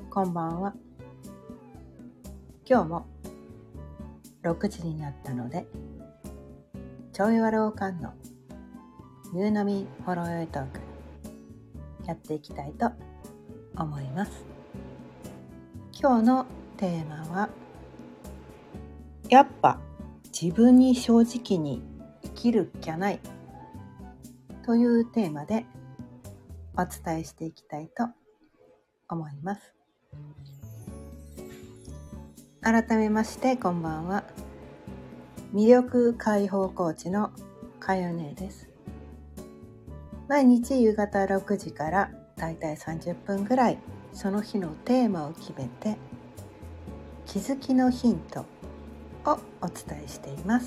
こんばんは。今日も6時になったので、ちょいわろうかんの夕飲みほろよいトークやっていきたいと思います。今日のテーマは、やっぱ自分に正直に生きるっきゃないというテーマでお伝えしていきたいと思います。改めましてこんばんは。魅力解放コーチのかよねです。毎日夕方6時からだいたい30分ぐらいその日のテーマを決めて気づきのヒントをお伝えしています。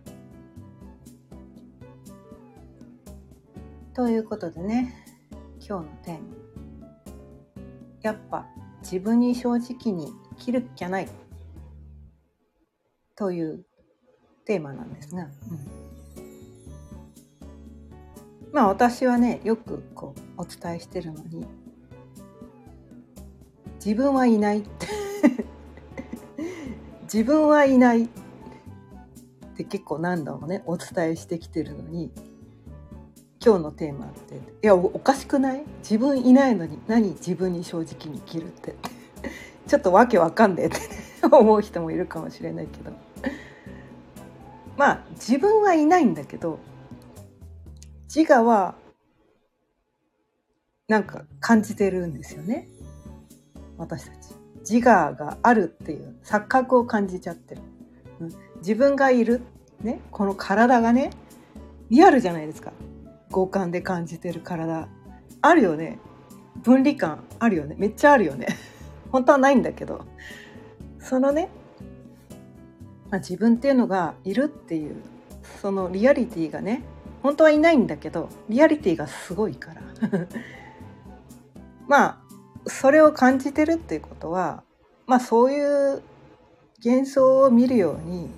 ということでね、今日のテーマ、やっぱ自分に正直に生きるっきゃないというテーマなんですが、私はね、よくお伝えしてるのに、自分はいないって自分はいないって結構何度もねお伝えしてきてるのに、今日のテーマって、いやおかしくない？自分いないのに何自分に正直に生きるってちょっとわけわかんねえって思う人もいるかもしれないけど、自分はいないんだけど、自我はなんか感じてるんですよね。私たち自我があるっていう錯覚を感じちゃってる、自分がいるね、この体がねリアルじゃないですか。五感で感じてる体あるよね。分離感あるよね。めっちゃあるよね本当はないんだけど、そのね、自分っていうのがいるっていうそのリアリティがね、本当はいないんだけどリアリティがすごいからそれを感じてるっていうことは、そういう幻想を見るように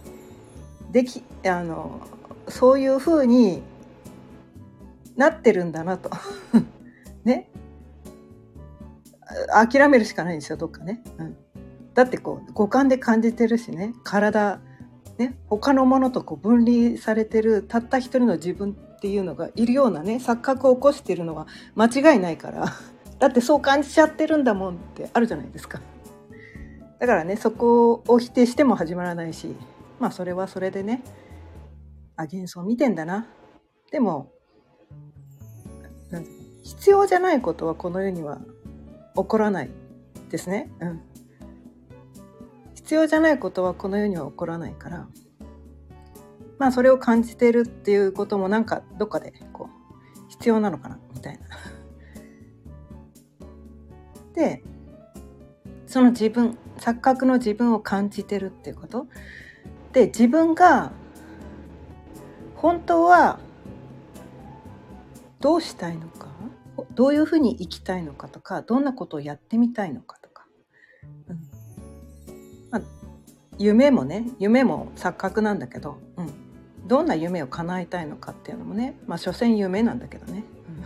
そういう風になってるんだなとね、諦めるしかないんですよ、どっかね、だって五感で感じてるしね、体ね、他のものと分離されてるたった一人の自分っていうのがいるようなね、錯覚を起こしているのは間違いないからだってそう感じちゃってるんだもんってあるじゃないですか。だからね、そこを否定しても始まらないし、それはそれでね、幻想見てんだな。でも必要じゃないことはこの世には起こらないですね、必要じゃないことはこの世には起こらないから、それを感じてるっていうこともなんかどっかで必要なのかなみたいなで、その自分、錯覚の自分を感じてるっていうことで、自分が本当はどうしたいのか、どういうふうに生きたいのかとか、どんなことをやってみたいのかとか、夢も錯覚なんだけど、どんな夢を叶えたいのかっていうのもね、所詮夢なんだけどね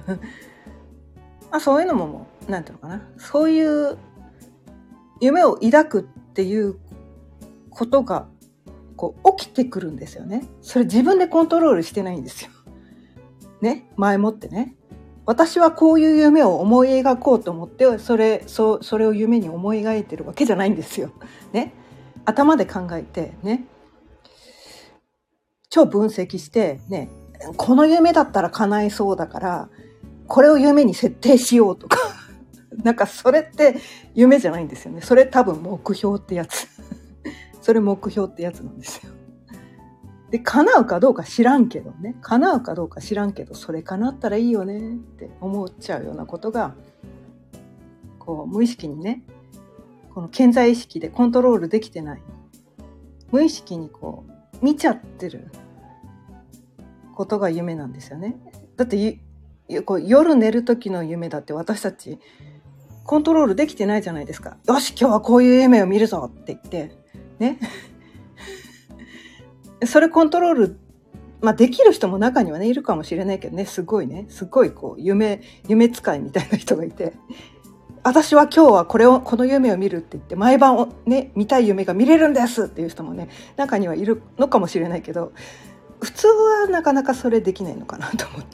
そういうのもなんていうのかな、そういう夢を抱くっていうことが起きてくるんですよね。それ自分でコントロールしてないんですよね。前もってね、私はこういう夢を思い描こうと思ってそれを夢に思い描いてるわけじゃないんですよね。頭で考えてね、超分析してね、この夢だったら叶えそうだからこれを夢に設定しようとかなんかそれって夢じゃないんですよね。それ多分目標ってやつそれ目標ってやつなんですよ。で、叶うかどうか知らんけど、それ叶ったらいいよねって思っちゃうようなことが無意識にね、この潜在意識でコントロールできてない、無意識に見ちゃってることが夢なんですよね。だって夜寝る時の夢だって私たちコントロールできてないじゃないですか。よし、今日はこういう夢を見るぞって言ってねそれコントロール、できる人も中にはねいるかもしれないけどね、すごい夢使いみたいな人がいて、 私は今日はこの夢を見るって言って毎晩ね見たい夢が見れるんですっていう人もね中にはいるのかもしれないけど、普通はなかなかそれできないのかなと思って。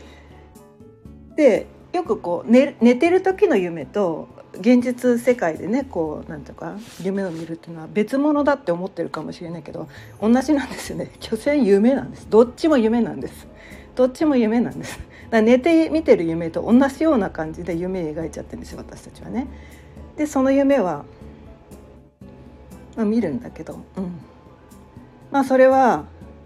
でよくこう、寝てる時の夢と現実世界でねこうなんていうか夢を見るっていうのは別物だって思ってるかもしれないけど、同じなんですよね。所詮夢なんです。どっちも夢なんです。どっちも夢なんです。だから寝て見てる夢と同じような感じで夢描いちゃってるんですよ、私たちはね。でその夢は、見るんだけど、それは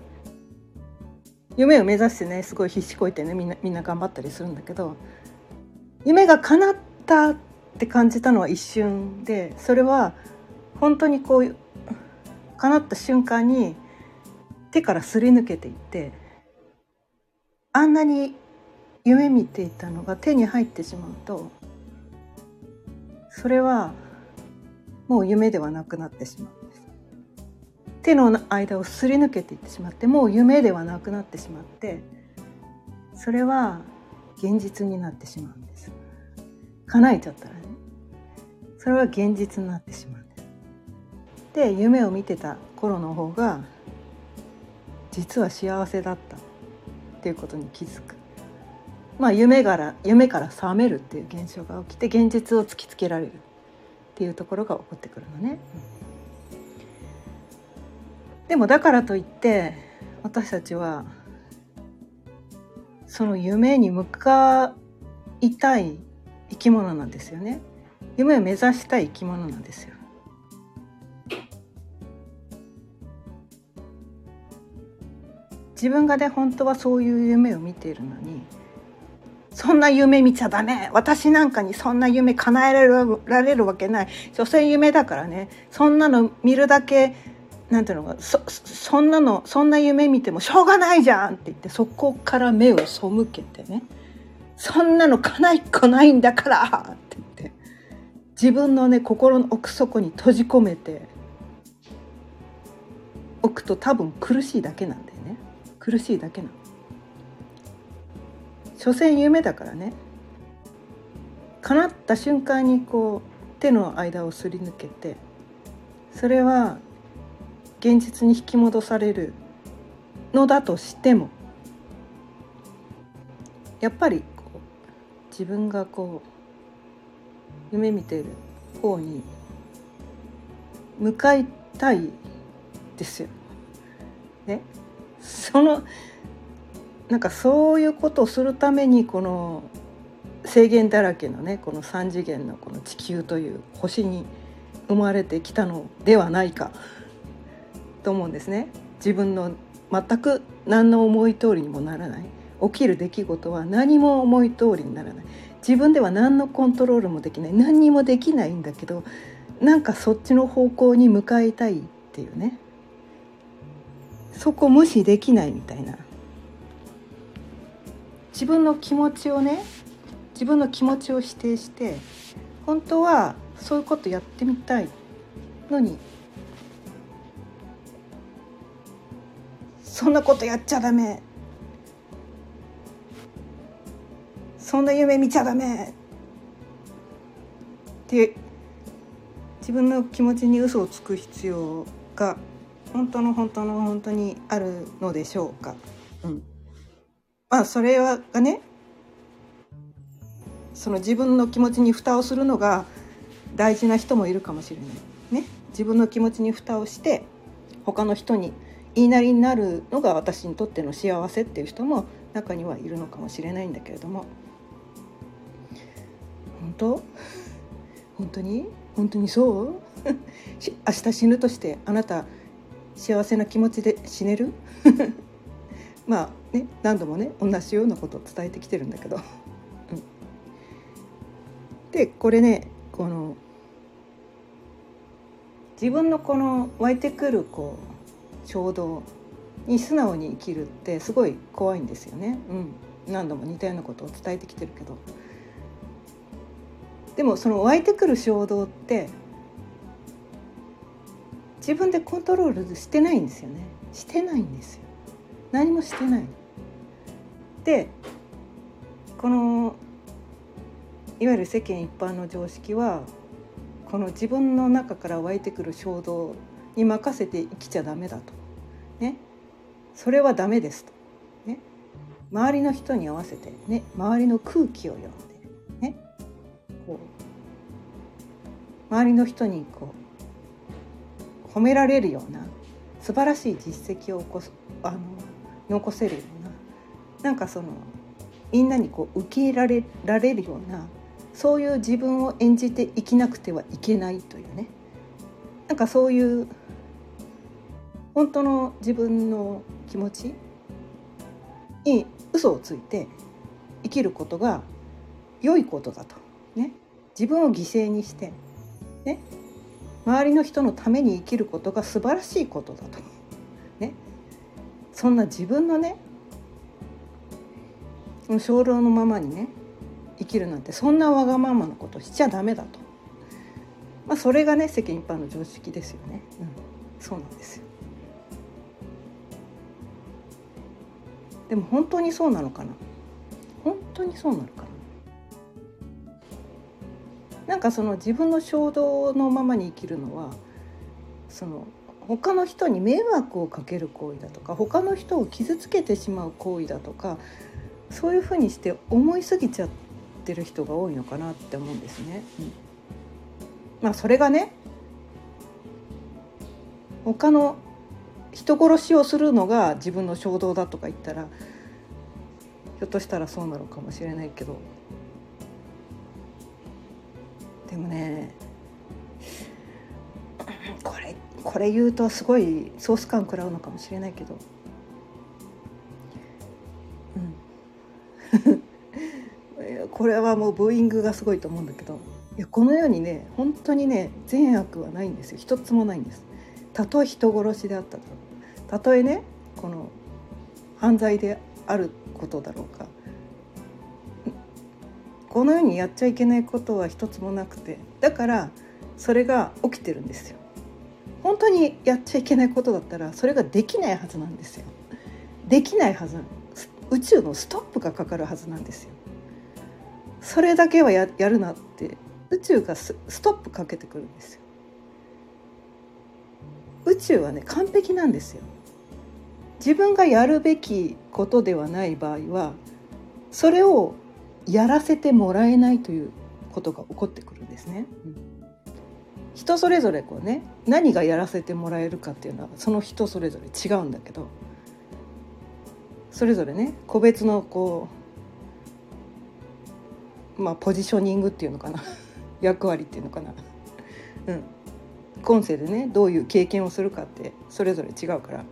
夢を目指してねすごい必死こいてねみんな頑張ったりするんだけど、夢が叶ったって感じたのは一瞬で、それは本当にこう叶った瞬間に手からすり抜けていって、あんなに夢見ていたのが手に入ってしまうと、それはもう夢ではなくなってしまうんです。手の間をすり抜けていってしまって、もう夢ではなくなってしまって、それは現実になってしまうんです。叶えちゃったらね、それは現実になってしまうんです。で夢を見てた頃の方が実は幸せだったっていうことに気づく。夢から覚めるっていう現象が起きて、現実を突きつけられるっていうところが起こってくるのね。でもだからといって私たちはその夢に向かいたい生き物なんですよね。夢を目指したい生き物なんですよ。自分がね本当はそういう夢を見ているのに、そんな夢見ちゃダメ、私なんかにそんな夢叶えられるわけない、所詮夢だからね、そんなの見るだけなんていうのか、そんな夢見てもしょうがないじゃんって言って、そこから目を背けてね、そんなの叶いっこないんだからって言って、自分のね心の奥底に閉じ込めておくと多分苦しいだけなんだよね。苦しいだけなの。所詮夢だからね。叶った瞬間にこう手の間をすり抜けて、それは現実に引き戻されるのだとしても、やっぱりこう自分がこう夢見ている方に向かいたいですよ。ね、なんかそういうことをするためにこの制限だらけのねこの3次元のこの地球という星に生まれてきたのではないかと思うんですね。自分の全く何の思い通りにもならない、起きる出来事は何も思い通りにならない、自分では何のコントロールもできない、何にもできないんだけど、なんかそっちの方向に向かいたいっていうね、そこ無視できないみたいな、自分の気持ちを否定して、本当はそういうことやってみたいのに、そんなことやっちゃダメ、そんな夢見ちゃダメって自分の気持ちに嘘をつく必要が本当にあるのでしょうか。それがね、その自分の気持ちに蓋をするのが大事な人もいるかもしれないね。自分の気持ちに蓋をして他の人に言いなりになるのが私にとっての幸せっていう人も中にはいるのかもしれないんだけれども、本当にそう明日死ぬとしてあなた幸せな気持ちで死ねる何度もね同じようなことを伝えてきてるんだけどでこれね、この自分のこの湧いてくるこう衝動に素直に生きるってすごい怖いんですよね。何度も似たようなことを伝えてきてるけど、でもその湧いてくる衝動って自分でコントロールしてないんですよね。してないんですよ。何もしてない。でこのいわゆる世間一般の常識はこの自分の中から湧いてくる衝動に任せて生きちゃダメだと、ね、それはダメですと、ね、周りの人に合わせて、ね、周りの空気を読んで、ね、こう周りの人にこう褒められるような素晴らしい実績を残せるような、なんかそのみんなにこう受け入れられるような、そういう自分を演じて生きなくてはいけないというね、なんかそういう本当の自分の気持ちに嘘をついて生きることが良いことだと、ね、自分を犠牲にして、ね、周りの人のために生きることが素晴らしいことだと、ね、そんな自分のね衝動のままにね生きるなんて、そんなわがままなことしちゃダメだと、それがね世間一般の常識ですよね、そうなんですよ。でも本当にそうなのかな、本当にそうなのかな。なんかその自分の衝動のままに生きるのは、その他の人に迷惑をかける行為だとか、他の人を傷つけてしまう行為だとか、そういうふうにして思いすぎちゃってる人が多いのかなって思うんですね、それがね他の人殺しをするのが自分の衝動だとか言ったら、ひょっとしたらそうなのかもしれないけど、でもねこれ言うとすごいソース感食らうのかもしれないけど、これはもうブーイングがすごいと思うんだけど、いやこの世にね本当にね善悪はないんですよ。一つもないんです。たとえ人殺しであったと、たとえねこの犯罪であることだろうか、この世にやっちゃいけないことは一つもなくて、だからそれが起きてるんですよ。本当にやっちゃいけないことだったらそれができないはずなんですよ。できないはず、宇宙のストップがかかるはずなんですよ。それだけは やるなって宇宙がストップかけてくるんですよ。宇宙はね完璧なんですよ。自分がやるべきことではない場合はそれをやらせてもらえないということが起こってくるんですね、人それぞれこうね何がやらせてもらえるかっていうのはその人それぞれ違うんだけど、それぞれね個別のこうポジショニングっていうのかな役割っていうのかな、今世でねどういう経験をするかってそれぞれ違うから、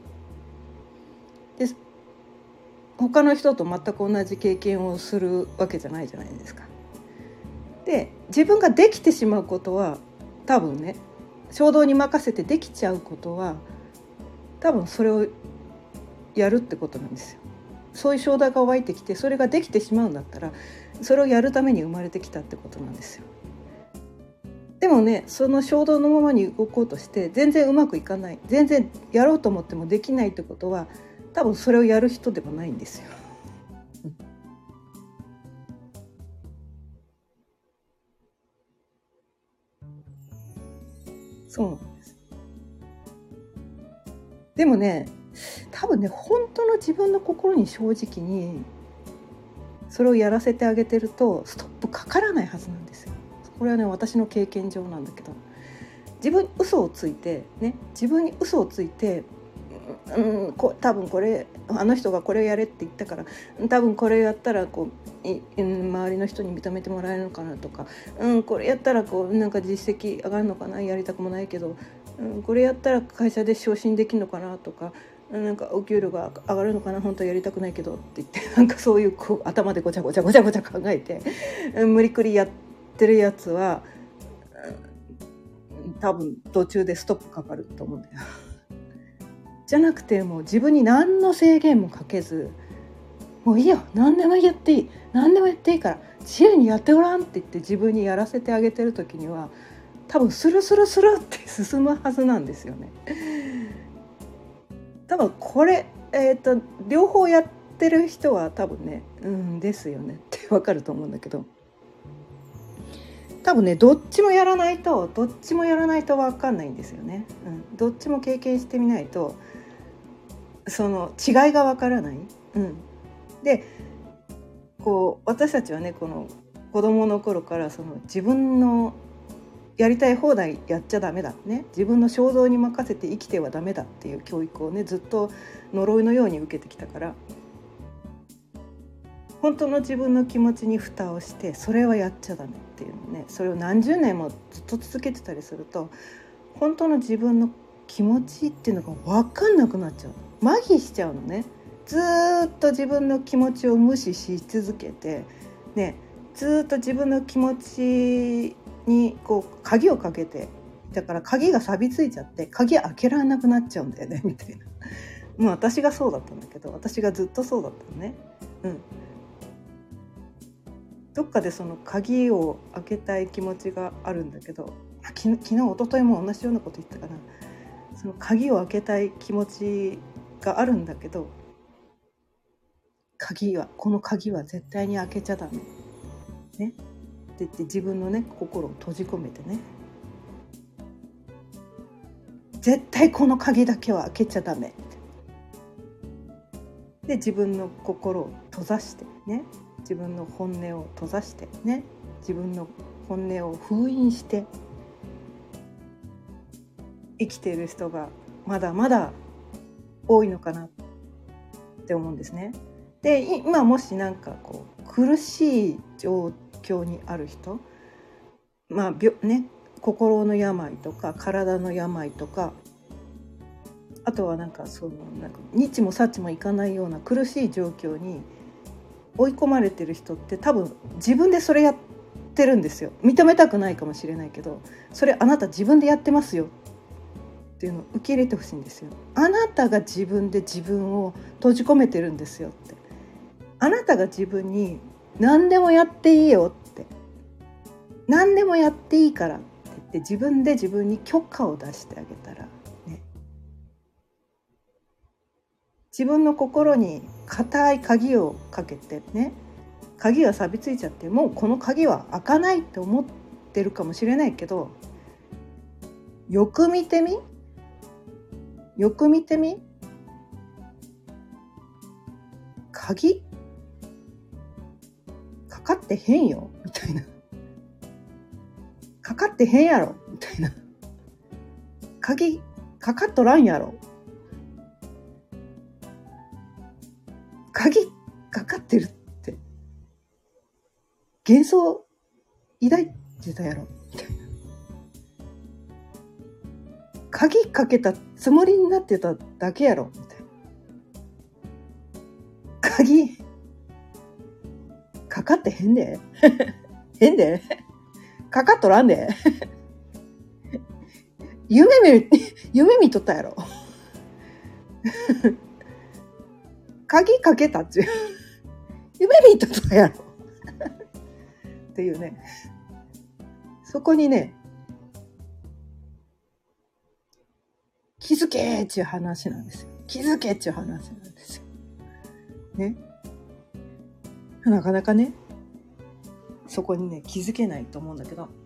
で他の人と全く同じ経験をするわけじゃないじゃないですか。で自分ができてしまうことは多分ね衝動に任せてできちゃうことは多分それをやるってことなんですよ。そういう衝動が湧いてきてそれができてしまうんだったらそれをやるために生まれてきたってことなんですよ。でもねその衝動のままに動こうとして全然うまくいかない、全然やろうと思ってもできないってことは多分それをやる人ではないんですよ。そうなんです。でもね多分ね本当の自分の心に正直にそれをやらせてあげてるとストップかからないはずなんですよ。これはね私の経験上なんだけど、自分に嘘をついて多分これあの人がこれをやれって言ったから多分これやったらこう周りの人に認めてもらえるのかなとか、これやったらこうなんか実績上がるのかな、やりたくもないけど、これやったら会社で昇進できるのかなとか、なんかお給料が上がるのかな、本当はやりたくないけどって言ってなんかそういうこう頭でごちゃごちゃ考えて無理くりやってるやつは多分途中でストップかかると思うんだよ。じゃなくてもう自分に何の制限もかけず、もういいよ何でもやっていいから自由にやってごらんって言って自分にやらせてあげてる時には多分スルスルスルって進むはずなんですよね。多分これ、両方やってる人は多分ねですよねってわかると思うんだけど、 多分ねどっちもやらないと分かんないんですよね、どっちも経験してみないとその違いが分からない、でこう私たちはねこの子供の頃からその自分のやりたい放題やっちゃダメだね、自分の衝動に任せて生きてはダメだっていう教育をねずっと呪いのように受けてきたから、本当の自分の気持ちに蓋をしてそれはやっちゃダメっていうのね、それを何十年もずっと続けてたりすると本当の自分の気持ちっていうのが分かんなくなっちゃう、麻痺しちゃうのね。ずっと自分の気持ちを無視し続けてね、ずっと自分の気持ちにこう鍵をかけて、だから鍵が錆びついちゃって鍵開けられなくなっちゃうんだよねみたいな。もう私がそうだったんだけど、私がずっとそうだったのね。どっかでその鍵を開けたい気持ちがあるんだけど、昨日一昨日も同じようなこと言ったかな。その鍵を開けたい気持ちがあるんだけど、この鍵は絶対に開けちゃダメねって言って自分のね心を閉じ込めてね、絶対この鍵だけは開けちゃダメってで自分の心を閉ざしてね、自分の本音を閉ざしてね、自分の本音を封印して生きている人がまだまだ多いのかなって思うんですね。で今もしなんかこう苦しい状況にある人、心の病とか体の病とか、あとはなんか日もさっちもいかないような苦しい状況に追い込まれてる人って多分自分でそれやってるんですよ。認めたくないかもしれないけど、それあなた自分でやってますよっていうのを受け入れてほしいんですよ。あなたが自分で自分を閉じ込めてるんですよって。あなたが自分に何でもやっていいよって、何でもやっていいからって言って自分で自分に許可を出してあげたらね、自分の心に固い鍵をかけてね、鍵が錆びついちゃってもうこの鍵は開かないって思ってるかもしれないけど、よく見てみ鍵かかってへんよみたいな、かかってへんやろみたいな、鍵かかっとらんやろ、鍵かかってるって幻想抱いてたやろみたいな、鍵かけたつもりになってただけやろみたいな、鍵かかってへんでへんでかかっとらんで夢見とったやろ鍵かけたっちゅう夢見とったやろっていうね、そこにね気づけーっていう話なんですよ。気づけっていう話なんですよね。なかなかねそこにね気づけないと思うんだけど、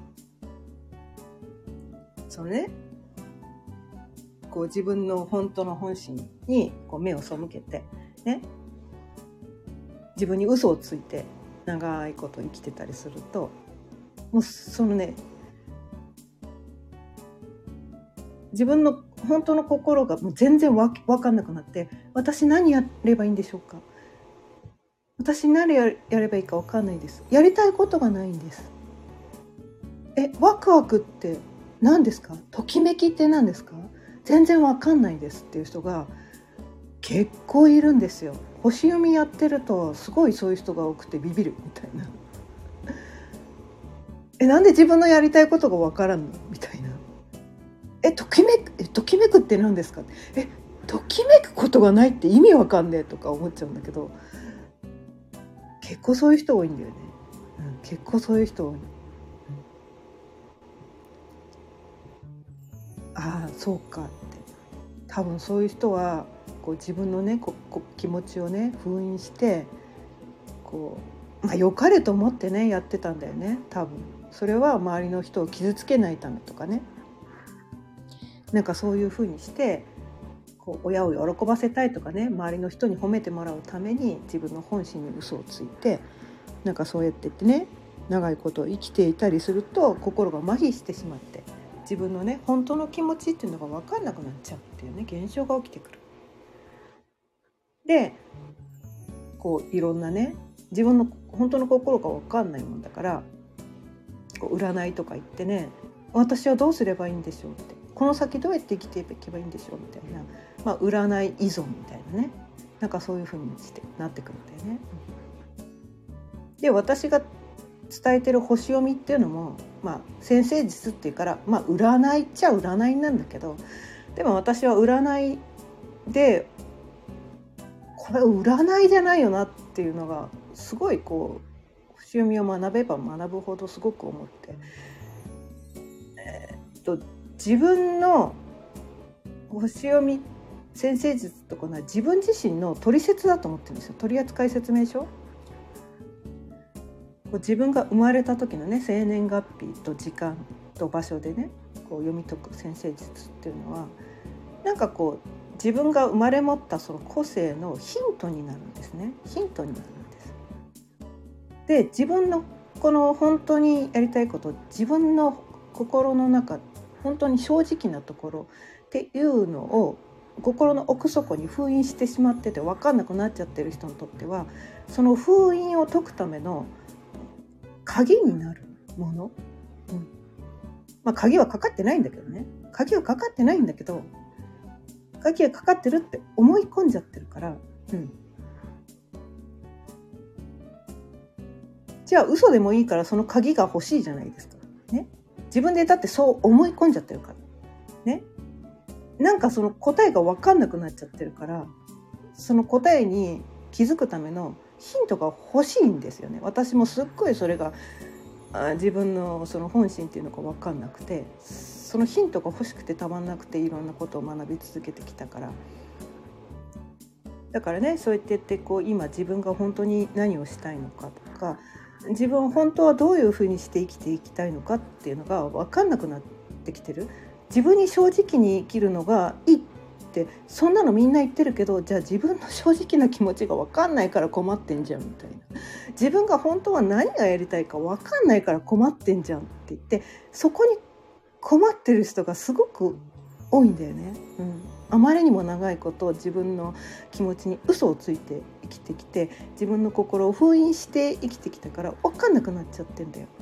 そのねこう自分の本当の本心にこう目を背けてね、自分に嘘をついて長いこと生きてたりすると、もうそのね自分の本当の心がもう全然分かんなくなって、私何やればいいんでしょうか、私何やればいいか分かんないです、やりたいことがないんです、ワクワクって何ですか、ときめきって何ですか、全然分かんないですっていう人が結構いるんですよ。星読みやってるとすごいそういう人が多くてビビるみたいななんで自分のやりたいことが分からんのみたいな、ときめくって何ですか、ときめくことがないって意味わかんねえとか思っちゃうんだけど、結構そういう人多いんだよね、結構そういう人多い、ああそうかって、多分そういう人はこう自分のね気持ちをね封印してこう良かれと思ってねやってたんだよね多分それは周りの人を傷つけないためとかね、なんかそういうふうにしてこう親を喜ばせたいとかね、周りの人に褒めてもらうために自分の本心に嘘をついて、なんかそうやってってね、長いこと生きていたりすると心が麻痺してしまって、自分のね本当の気持ちっていうのが分かんなくなっちゃうっていうね現象が起きてくる。でこういろんなね、自分の本当の心が分かんないもんだから、こう占いとか言ってね、私はどうすればいいんでしょうって、この先どうやって生きていけばいいんでしょうみたいな、占い依存みたいなね、なんかそういう風にしてなってくるんだよね。で私が伝えてる星読みっていうのも、先生術っていうから、占いっちゃ占いなんだけど、でも私は占いでこれ占いじゃないよなっていうのがすごいこう星読みを学べば学ぶほどすごく思って、自分の星読み先生術とかは自分自身の取説だと思ってるんですよ。取扱説明書、自分が生まれた時のね生年月日と時間と場所でねこう読み解く先生術っていうのは、なんかこう自分が生まれ持ったその個性のヒントになるんですね。ヒントになるんです。で自分のこの本当にやりたいこと、自分の心の中本当に正直なところっていうのを心の奥底に封印してしまってて分かんなくなっちゃってる人にとっては、その封印を解くための鍵になるもの、鍵はかかってないんだけどね、鍵はかかってないんだけど、鍵がかかってるって思い込んじゃってるから、じゃあ嘘でもいいからその鍵が欲しいじゃないですか、ね、自分でだってそう思い込んじゃってるからね、なんかその答えが分かんなくなっちゃってるから、その答えに気づくためのヒントが欲しいんですよね。私もすっごいそれが自分のその本心っていうのが分かんなくて、そのヒントが欲しくてたまんなくていろんなことを学び続けてきたから、だからねそうやって言ってこう今自分が本当に何をしたいのかとか、自分は本当はどういうふうにして生きていきたいのかっていうのが分かんなくなってきてる。自分に正直に生きるのがいいってそんなのみんな言ってるけど、じゃあ自分の正直な気持ちが分かんないから困ってんじゃんみたいな、自分が本当は何がやりたいか分かんないから困ってんじゃんって言って、そこに困ってる人がすごく多いんだよね。あまりにも長いこと自分の気持ちに嘘をついて生きてきて、自分の心を封印して生きてきたから分かんなくなっちゃってんだよ。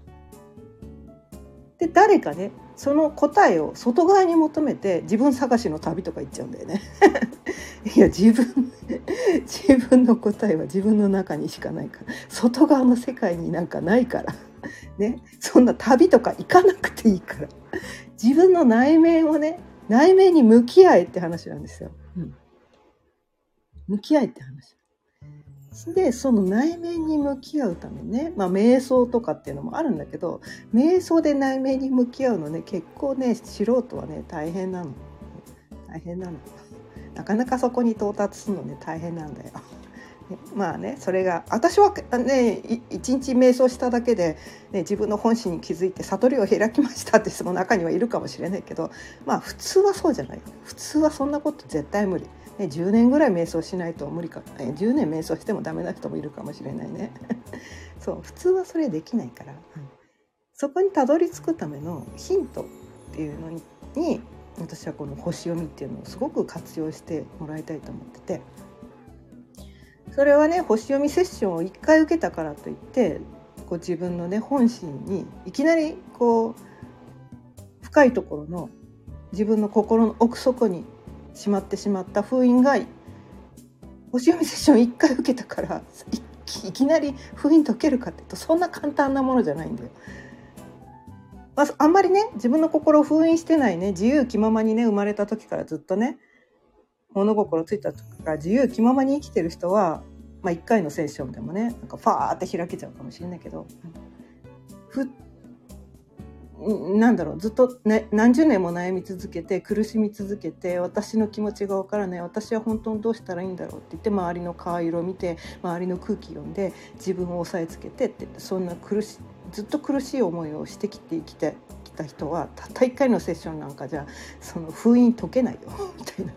で誰かねその答えを外側に求めて自分探しの旅とか行っちゃうんだよねいや自分の答えは自分の中にしかないから、外側の世界になんかないからね、そんな旅とか行かなくていいから、自分の内面をね、内面に向き合えって話なんですよ。向き合えって話で、その内面に向き合うためにね、瞑想とかっていうのもあるんだけど、瞑想で内面に向き合うのね、結構ね素人はね大変なの。なかなかそこに到達するのね大変なんだよ。それが私はね一日瞑想しただけで、自分の本心に気づいて悟りを開きましたって人も中にはいるかもしれないけど、普通はそうじゃない。普通はそんなこと絶対無理。10年ぐらい瞑想しないと無理か、10年瞑想してもダメな人もいるかもしれないねそう普通はそれできないから、そこにたどり着くためのヒントっていうのに私はこの星読みっていうのをすごく活用してもらいたいと思ってて、それはね星読みセッションを1回受けたからといってこう自分のね本心にいきなりこう深いところの自分の心の奥底にしまってしまった封印が星読みセッション1回受けたからいきなり封印解けるかっていうとそんな簡単なものじゃないんだよ。あんまりね自分の心を封印してないね、自由気ままにね生まれた時からずっとね物心ついた時から自由気ままに生きてる人は、1回のセッションでもねなんかファーって開けちゃうかもしれないけど、ずっと、何十年も悩み続けて苦しみ続けて、私の気持ちがわからない、私は本当にどうしたらいいんだろうって言って周りの顔色を見て周りの空気読んで自分を抑えつけてって、そんなずっと苦しい思いをして生きてきた人はたった1回のセッションなんかじゃその封印解けないよみたいな。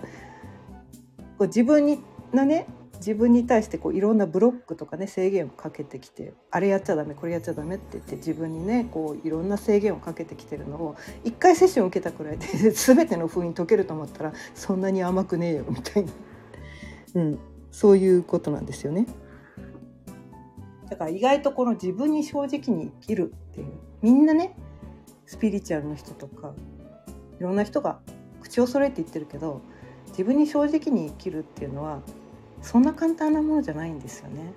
自分に対していろんなブロックとかね制限をかけてきて、あれやっちゃダメこれやっちゃダメって言って自分にねいろんな制限をかけてきてるのを1回セッションを受けたくらいで全ての封印解けると思ったらそんなに甘くねえよみたいな、そういうことなんですよね。だから意外とこの自分に正直に生きるっていう、みんなねスピリチュアルの人とかいろんな人が口を揃えて言ってるけど、自分に正直に生きるっていうのはそんな簡単なものじゃないんですよね。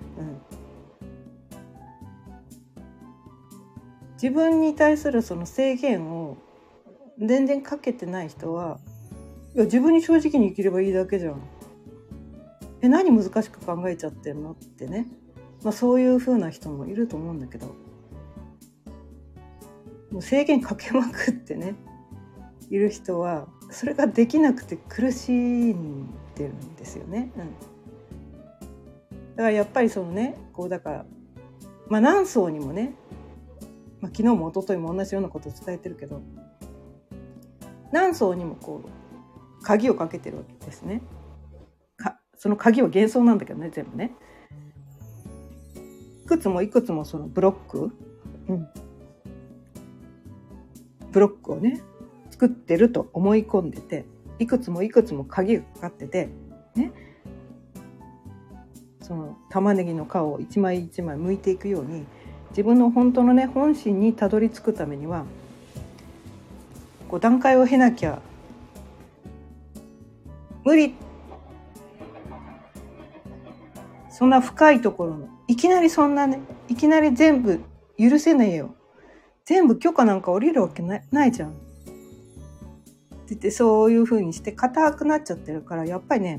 自分に対するその制限を全然かけてない人は、いや自分に正直に生きればいいだけじゃん、何難しく考えちゃってんのってね、そういう風な人もいると思うんだけど、もう制限かけまくってねいる人はそれができなくて苦しんでるんですよね。だからやっぱりそのねだから何層にもね、昨日も一昨日も同じようなことを伝えてるけど、何層にも鍵をかけてるわけですね。その鍵は幻想なんだけどね、全部ねいくつもいくつもそのブロック、ブロックをね作ってると思い込んでて、いくつもいくつも鍵がかかっててね、その玉ねぎの皮を一枚一枚剥いていくように自分の本当のね本心にたどり着くためには段階を経なきゃ無理。そんな深いところのいきなりそんなねいきなり全部許せねえよ、全部許可なんか下りるわけないじゃんって言って、そういう風にして硬くなっちゃってるから、やっぱりね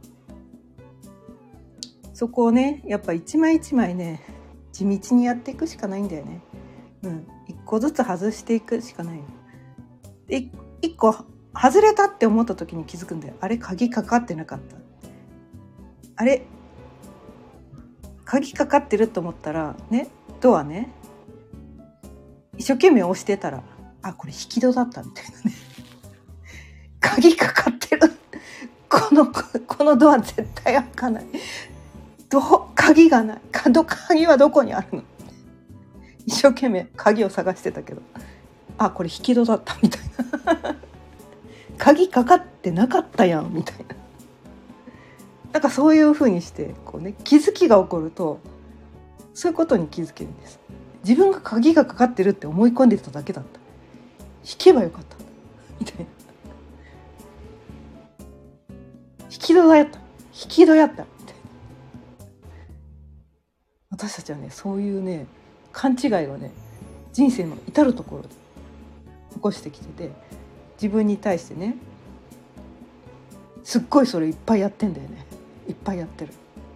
そこをねやっぱ一枚一枚ね地道にやっていくしかないんだよね。一個ずつ外していくしかない。で一個外れたって思った時に気づくんだよ。あれ鍵かかってなかった、あれ鍵かかってると思ったらね、ドアね一生懸命押してたら、これ引き戸だったみたいなね鍵かかってるこのドア絶対開かない、鍵がない、鍵はどこにあるの、一生懸命鍵を探してたけど、これ引き戸だったみたいな鍵かかってなかったやんみたいな、なんかそういう風にして気づきが起こるとそういうことに気づけるんです。自分が鍵がかかってるって思い込んでただけだった、引けばよかったみたいな、引き戸やったみたいな。私たちはねそういうね勘違いをね人生の至るところで起こしてきてて、自分に対してねすっごいそれいっぱいやってんだよね、いっぱいやってる。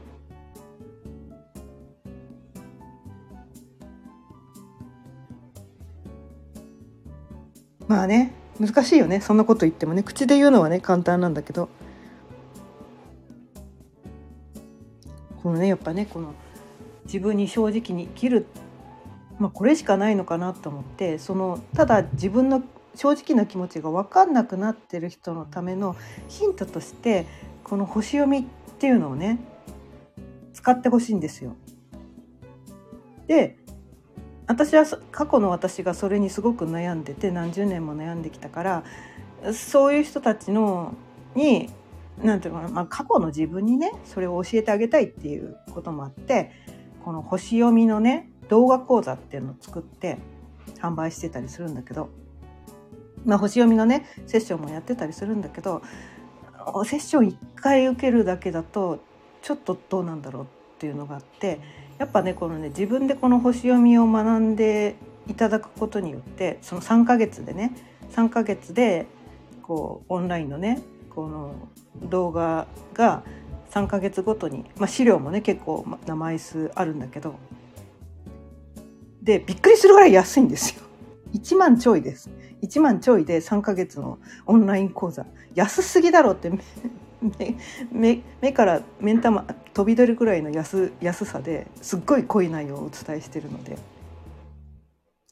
難しいよね、そんなこと言ってもね、口で言うのはね簡単なんだけど、やっぱねこの自分に正直に生きる、これしかないのかなと思って、ただ自分の正直な気持ちが分かんなくなってる人のためのヒントとしてこの星読みっていうのをね使ってほしいんですよ。で私は過去の私がそれにすごく悩んでて、何十年も悩んできたから、そういう人たちになんていうのかな、過去の自分にねそれを教えてあげたいっていうこともあって、この星読みのね動画講座っていうのを作って販売してたりするんだけど、星読みのねセッションもやってたりするんだけど、セッション1回受けるだけだとちょっとどうなんだろうっていうのがあって、やっぱね自分でこの星読みを学んでいただくことによって、その3ヶ月でオンラインのねこの動画が3ヶ月ごとに、資料もね結構な枚数あるんだけど、でびっくりするぐらい安いんですよ。1万ちょいです。1万ちょいで3ヶ月のオンライン講座、安すぎだろって目から目ん玉飛び出るくらいの安さですっごい濃い内容をお伝えしてるので、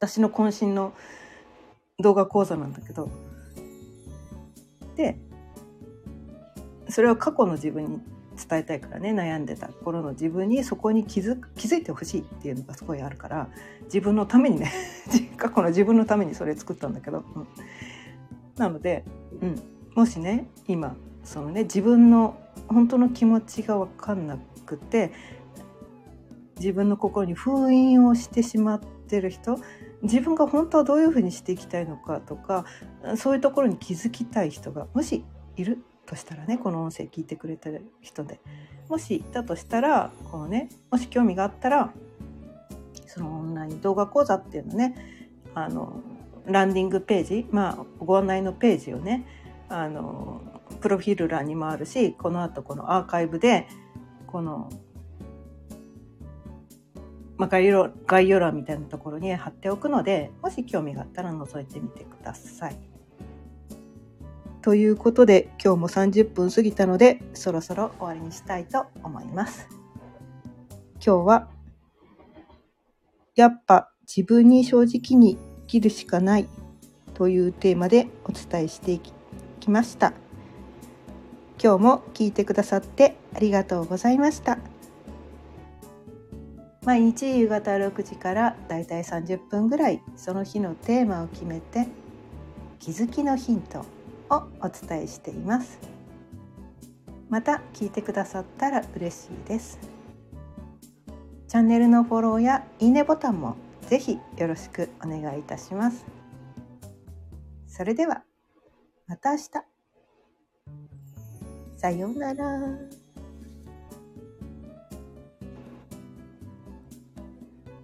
私の渾身の動画講座なんだけど、でそれは過去の自分に伝えたいからね、悩んでた頃の自分にそこに気づいてほしいっていうのがすごいあるから、自分のためにね過去の自分のためにそれ作ったんだけど、なので、もしね今そのね自分の本当の気持ちが分かんなくて、自分の心に封印をしてしまってる人、自分が本当はどういうふうにしていきたいのかとか、そういうところに気づきたい人がもしいるとしたらね、この音声聞いてくれてる人でもしいたとしたら、このね、もし興味があったら、そのオンライン動画講座っていうのね、ランディングページ、ご案内のページをね、プロフィール欄にもあるし、この後このアーカイブでこの概要欄みたいなところに貼っておくので、もし興味があったら覗いてみてください。ということで、今日も30分過ぎたので、そろそろ終わりにしたいと思います。今日は、やっぱ自分に正直に生きるしかないというテーマでお伝えしてきました。今日も聞いてくださってありがとうございました。毎日夕方6時からだいたい30分ぐらい、その日のテーマを決めて気づきのヒントをお伝えしています。また聞いてくださったら嬉しいです。チャンネルのフォローやいいねボタンもぜひよろしくお願いいたします。それではまた明日。さようなら。